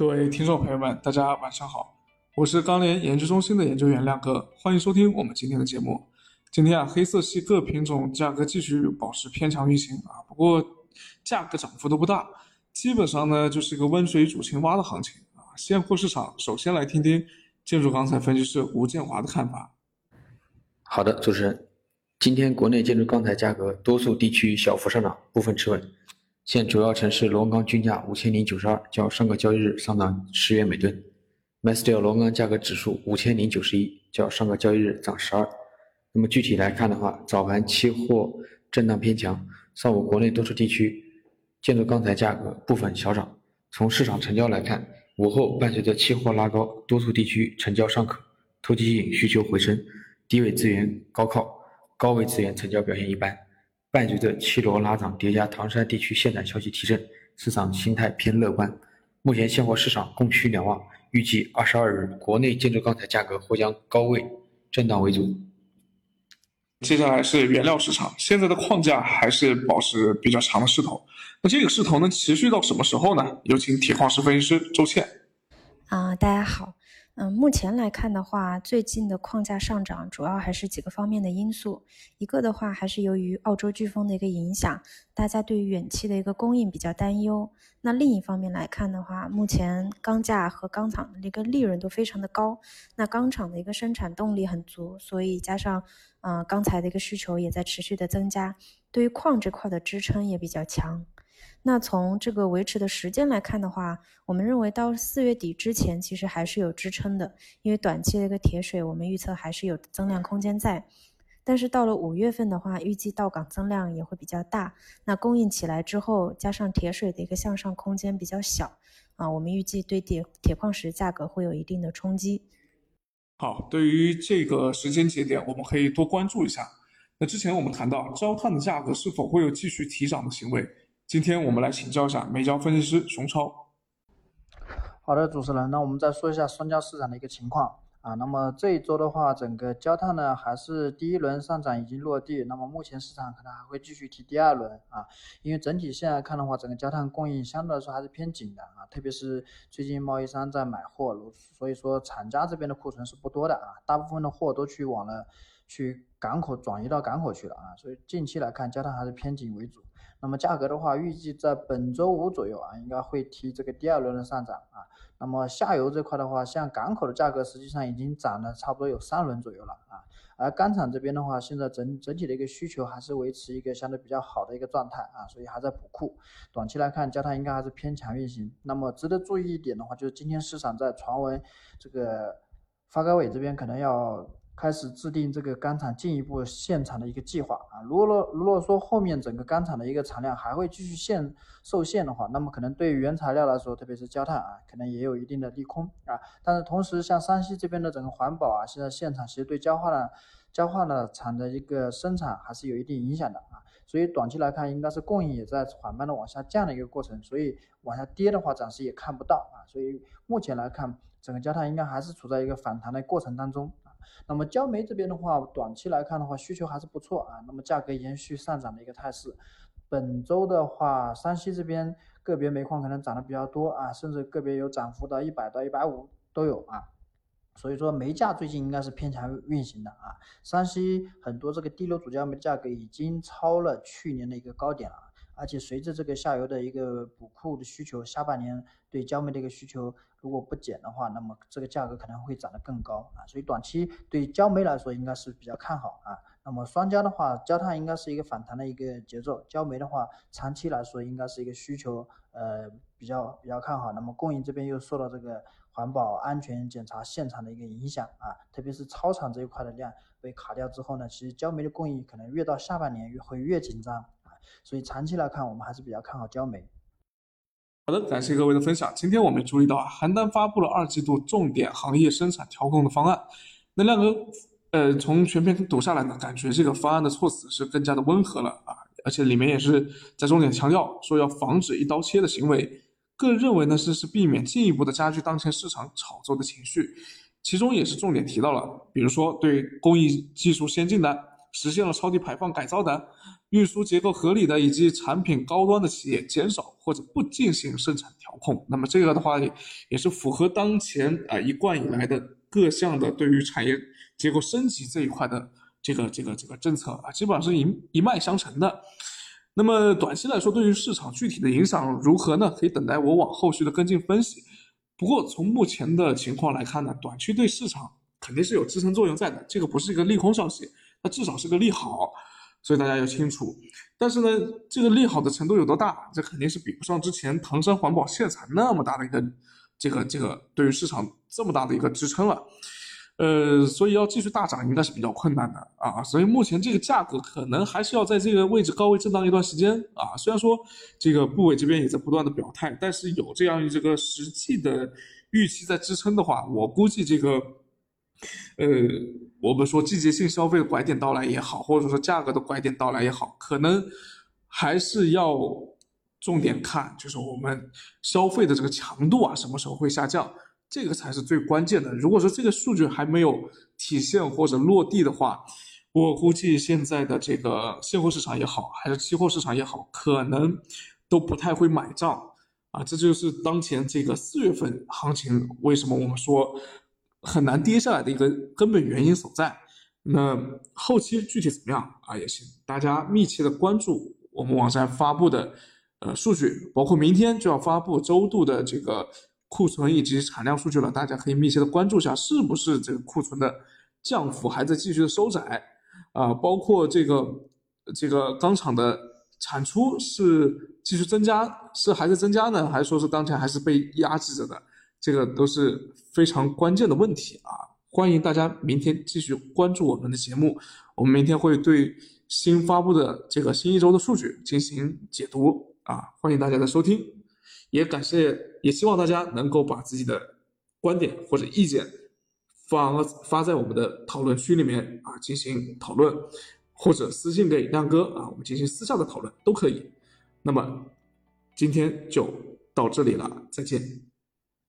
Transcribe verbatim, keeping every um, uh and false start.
各位听众朋友们，大家晚上好，我是钢联研究中心的研究员亮哥，欢迎收听我们今天的节目。今天啊，黑色系各品种价格继续保持偏强运行啊，不过价格涨幅都不大，基本上呢就是一个温水煮青蛙的行情啊。现货市场，首先来听听建筑钢材分析师吴建华的看法。 好的，主持人，今天国内建筑钢材价格多数地区小幅上涨，部分持稳。现主要城市螺纹钢均价五千零九十二，较上个交易日上涨十元每吨。MySteel 螺纹钢价格指数五千零九十一，较上个交易日涨十二。那么具体来看的话，早盘期货震荡偏强，上午国内多数地区建筑钢材价格部分小涨。从市场成交来看，午后伴随着期货拉高，多数地区成交尚可，投机性需求回升，低位资源高靠，高位资源成交表现一般。伴随着七螺拉涨叠加唐山地区限产消息提振，市场心态偏乐观。目前现货市场供需两旺，预计二十二日国内建筑钢材价格或将高位震荡为主。 接下来是原料市场，现在的矿价还是保持比较强的势头。那这个势头能持续到什么时候呢？有请铁矿石分析师周倩。 啊、呃，大家好。嗯，目前来看的话，最近的矿价上涨主要还是几个方面的因素。一个的话，还是由于澳洲飓风的一个影响，大家对于远期的一个供应比较担忧。那另一方面来看的话，目前钢价和钢厂的一个利润都非常的高，那钢厂的一个生产动力很足，所以加上呃钢材的一个需求也在持续的增加，对于矿这块的支撑也比较强。那从这个维持的时间来看的话，我们认为到四月底之前其实还是有支撑的，因为短期的一个铁水我们预测还是有增量空间在。但是到了五月份的话，预计到港增量也会比较大，那供应起来之后，加上铁水的一个向上空间比较小啊，我们预计对铁铁矿石价格会有一定的冲击。 好，对于这个时间节点，我们可以多关注一下。那之前我们谈到焦炭的价格是否会有继续提涨的行为，今天我们来请教一下煤焦分析师熊超。 好的，主持人，那我们再说一下双焦市场的一个情况啊。那么这一周的话，整个焦炭呢还是第一轮上涨已经落地，那么目前市场可能还会继续提第二轮啊。因为整体现在看的话，整个焦炭供应相对来说还是偏紧的啊，特别是最近贸易商在买货，所以说厂家这边的库存是不多的啊，大部分的货都去往了去港口转移到港口去了啊，所以近期来看焦炭还是偏紧为主。那么价格的话，预计在本周五左右啊，应该会提这个第二轮的上涨啊。那么下游这块的话，像港口的价格实际上已经涨了差不多有三轮左右了啊。而钢厂这边的话，现在整整体的一个需求还是维持一个相对比较好的一个状态啊，所以还在补库。短期来看，焦炭应该还是偏强运行。那么值得注意一点的话，就是今天市场在传闻这个发改委这边可能要开始制定这个钢厂进一步限产的一个计划啊。如果如果说后面整个钢厂的一个产量还会继续限受限的话，那么可能对于原材料来说，特别是焦炭啊，可能也有一定的利空啊。但是同时，像山西这边的整个环保啊，现在限产其实对焦化的焦化的厂的一个生产还是有一定影响的啊。所以短期来看，应该是供应也在缓慢的往下降的一个过程，所以往下跌的话，暂时也看不到啊。所以目前来看，整个焦炭应该还是处在一个反弹的过程当中啊。那么焦煤这边的话，短期来看的话，需求还是不错啊。那么价格延续上涨的一个态势。本周的话，山西这边个别煤矿可能涨得比较多啊，甚至个别有涨幅到一百到一百五都有啊。所以说煤价最近应该是偏强运行的啊。山西很多这个低硫主焦煤的价格已经超了去年的一个高点了。而且随着这个下游的一个补库的需求，下半年对焦煤的一个需求如果不减的话，那么这个价格可能会涨得更高啊。所以短期对焦煤来说应该是比较看好啊。那么双焦的话，焦炭应该是一个反弹的一个节奏，焦煤的话长期来说应该是一个需求呃比较比较看好。那么供应这边又受到这个环保安全检查限产的一个影响啊，特别是超产这一块的量被卡掉之后呢，其实焦煤的供应可能越到下半年越会越紧张。所以长期来看，我们还是比较看好焦煤。 好的，感谢各位的分享。今天我们注意到啊，邯郸发布了二季度重点行业生产调控的方案。那亮哥，呃，从全篇读下来呢，感觉这个方案的措辞是更加的温和了啊，而且里面也是在重点强调说要防止一刀切的行为。个人认为呢，是是避免进一步的加剧当前市场炒作的情绪。其中也是重点提到了，比如说对工艺技术先进的、实现了超低排放改造的， 运输结构合理的以及产品高端的企业减少或者不进行生产调控。那么这个的话也是符合当前啊、呃、一贯以来的各项的对于产业结构升级这一块的这个这个这个政策啊，基本上是一一脉相承的。那么短期来说，对于市场具体的影响如何呢？可以等待我往后续的跟进分析。不过从目前的情况来看呢，短期对市场肯定是有支撑作用在的，这个不是一个利空消息，它至少是个利好，所以大家要清楚。但是呢，这个利好的程度有多大，这肯定是比不上之前唐山环保限产那么大的一个这个这个对于市场这么大的一个支撑了。呃，所以要继续大涨应该是比较困难的啊，所以目前这个价格可能还是要在这个位置高位震荡一段时间啊。虽然说这个部委这边也在不断的表态，但是有这样这个实际的预期在支撑的话，我估计这个呃，我们说季节性消费的拐点到来也好，或者说价格的拐点到来也好，可能还是要重点看，就是我们消费的这个强度啊，什么时候会下降。这个才是最关键的。如果说这个数据还没有体现或者落地的话，我估计现在的这个现货市场也好，还是期货市场也好，可能都不太会买账啊。这就是当前这个四月份行情为什么我们说很难跌下来的一个根本原因所在。那后期具体怎么样啊？也请大家密切的关注我们网站发布的呃数据，包括明天就要发布周度的这个库存以及产量数据了，大家可以密切的关注一下，是不是这个库存的降幅还在继续的收窄啊？包括这个这个钢厂的产出是继续增加，是还在增加呢，还是说是当前还是被压制着的？这个都是非常关键的问题啊！欢迎大家明天继续关注我们的节目，我们明天会对新发布的这个新一周的数据进行解读啊！欢迎大家的收听。也感谢，也希望大家能够把自己的观点或者意见发发在我们的讨论区里面啊，进行讨论，或者私信给亮哥啊，我们进行私下的讨论都可以。那么今天就到这里了，再见。